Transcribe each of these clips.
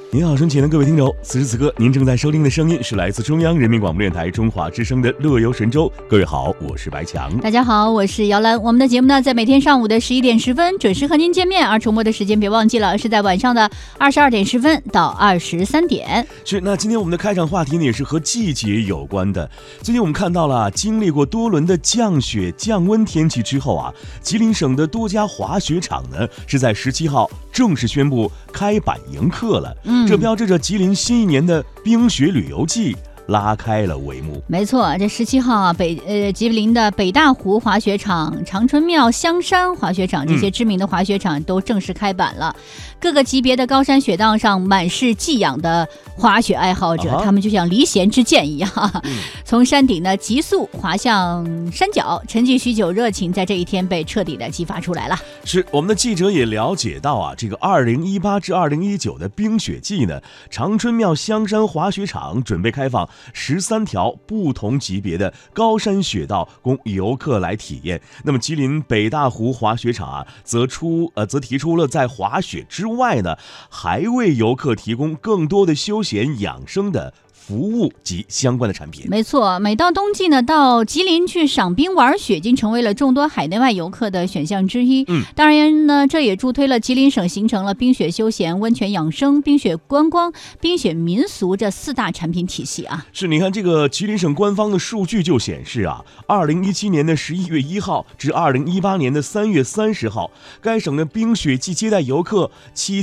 您好，身前的各位听众，此时此刻您正在收听的声音是来自中央人民广播电台中华之声的乐游神州。各位好，我是白强。 大家好，我是姚兰。我们的节目呢，在每天上午的11点10分准时和您见面，而重播的时间别忘记了，是在晚上的22点10分到23点。 是，那今天我们的开场话题呢，也是和季节有关的。最近我们看到了，经历过多轮的降雪降温天气之后啊，吉林省的多家滑雪场呢，是在17号正式宣布开板迎客了。这标志着吉林新一年的冰雪旅游季拉开了帷幕。 没错，这17号啊，吉林的北大湖滑雪场、长春庙香山滑雪场这些知名的滑雪场都正式开板了。各个级别的高山雪道上满是寄养的滑雪爱好者，他们就像离弦之箭一样，从山顶呢急速滑向山脚，沉寂许久热情在这一天被彻底的激发出来了。 是，我们的记者也了解到啊，这个2018至2019的冰雪季呢，长春庙香山滑雪场准备开放13条不同级别的高山雪道供游客来体验。那么吉林北大湖滑雪场啊，则提出了在滑雪之外呢，还为游客提供更多的休闲养生的服务及相关的产品。 没错，每到冬季呢，到吉林去赏冰玩雪已经成为了众多海内外游客的选项之一。当然呢，这也助推了吉林省形成了冰雪休闲、温泉养生、冰雪观光、冰雪民俗这4大产品体系啊。 是，你看这个吉林省官方的数据就显示啊，2017年的11月1号至2018年的3月30号，该省的冰雪季接待游客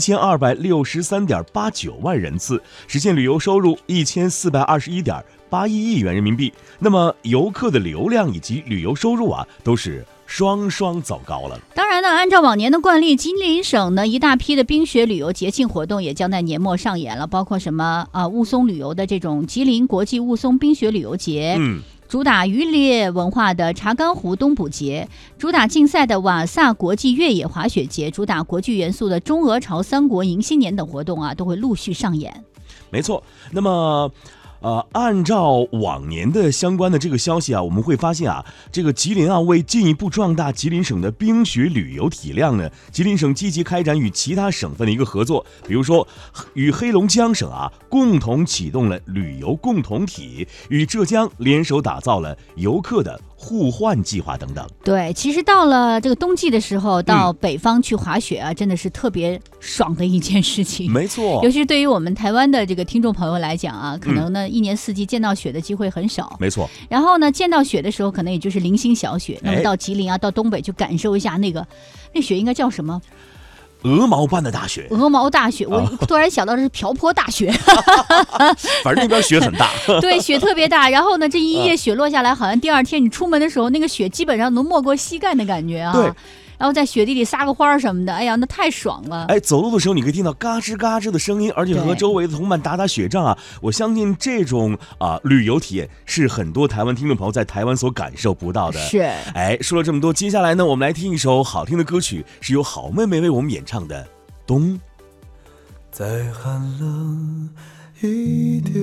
7263.89万人次，实现旅游收入1421.81亿元人民币。那么游客的流量以及旅游收入啊，都是双双走高了。 当然呢，按照往年的惯例，吉林省呢一大批的冰雪旅游节庆活动也将在年末上演了，包括什么雾凇旅游的这种吉林国际雾凇冰雪旅游节，主打渔猎文化的查干湖冬捕节，主打竞赛的瓦萨国际越野滑雪节，主打国际元素的中俄朝3国迎新年等活动啊，都会陆续上演。 没错，那么按照往年的相关的这个消息啊，我们会发现啊，这个吉林啊，为进一步壮大吉林省的冰雪旅游体量呢，吉林省积极开展与其他省份的一个合作，比如说与黑龙江省啊共同启动了旅游共同体，与浙江联手打造了游客的互换计划等等。 对，其实到了这个冬季的时候，到北方去滑雪啊，真的是特别爽的一件事情。 没错， 尤其是对于我们台湾的这个听众朋友来讲啊，可能呢一年四季见到雪的机会很少。 没错。 然后呢，见到雪的时候，可能也就是零星小雪。那么到吉林啊，到东北去感受一下那雪应该叫什么？ 鹅毛般的大雪。 鹅毛大雪，我突然想到的是瓢泼大雪。 反正那边雪很大。 对，雪特别大。然后呢，这一夜雪落下来，好像第二天你出门的时候，那个雪基本上能没过膝盖的感觉啊。 对。 然后在雪地里撒个花什么的，哎呀，那太爽了！ 走路的时候你可以听到嘎吱嘎吱的声音，而且和周围的同伴打打雪仗啊，我相信这种旅游体验是很多台湾听众朋友在台湾所感受不到的。 是， 说了这么多，接下来呢，我们来听一首好听的歌曲，是由好妹妹为我们演唱的《冬》。 再寒冷一点，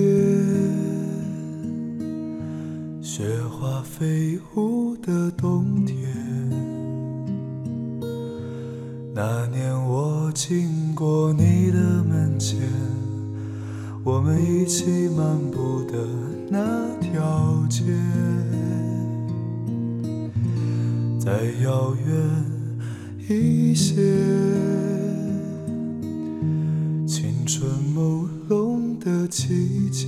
雪花飞舞的冬天。那年我经过你的门前，我们一起漫步的那条街，再遥远一些，青春朦胧的季节，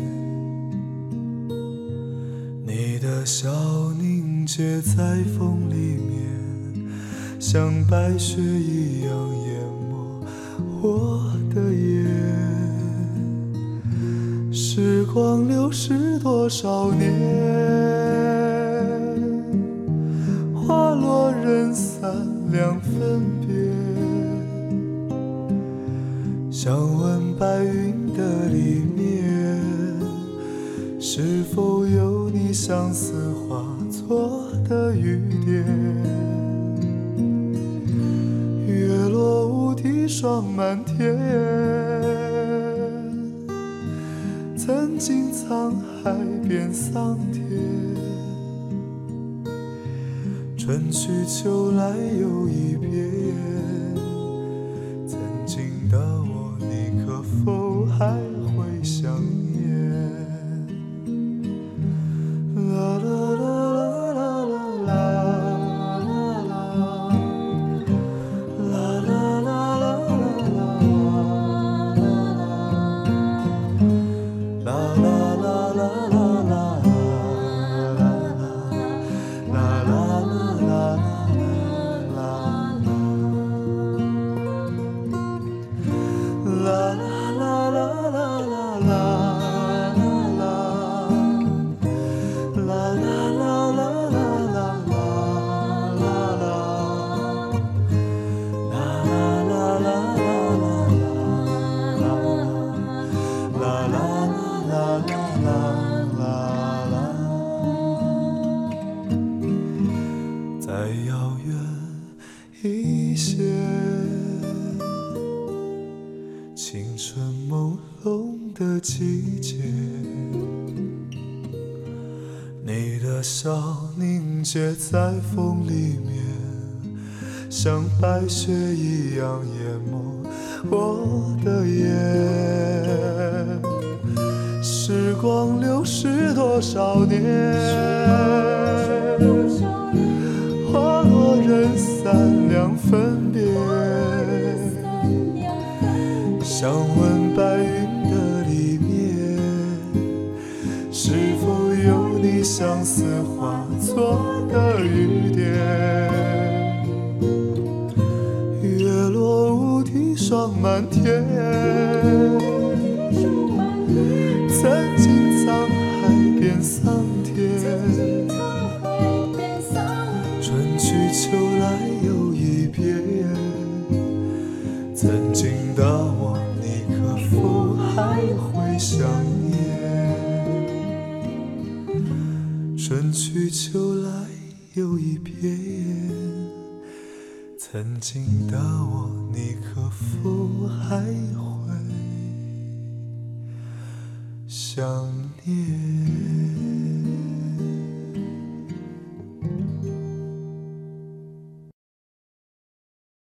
你的笑凝结在风里面，像白雪一样淹没我的眼。时光流逝多少年，花落人散两分别。想问白云的里面，是否有你相思化作的雨点？月落乌啼霜满天，曾经沧海变桑田，春去秋来又一遍，曾经的我，你可否朦胧的季节，你的笑凝结在风里面，像白雪一样淹没我的眼。时光流逝多少年，花落人散两分别。想问白云的里面，是否有你相思化作的雨点？月落乌啼霜满天，曾经沧海变桑田，春去秋来又一遍。曾经的我，你可否还会想念？春去秋来又一遍，曾经的我，你可否还会想念？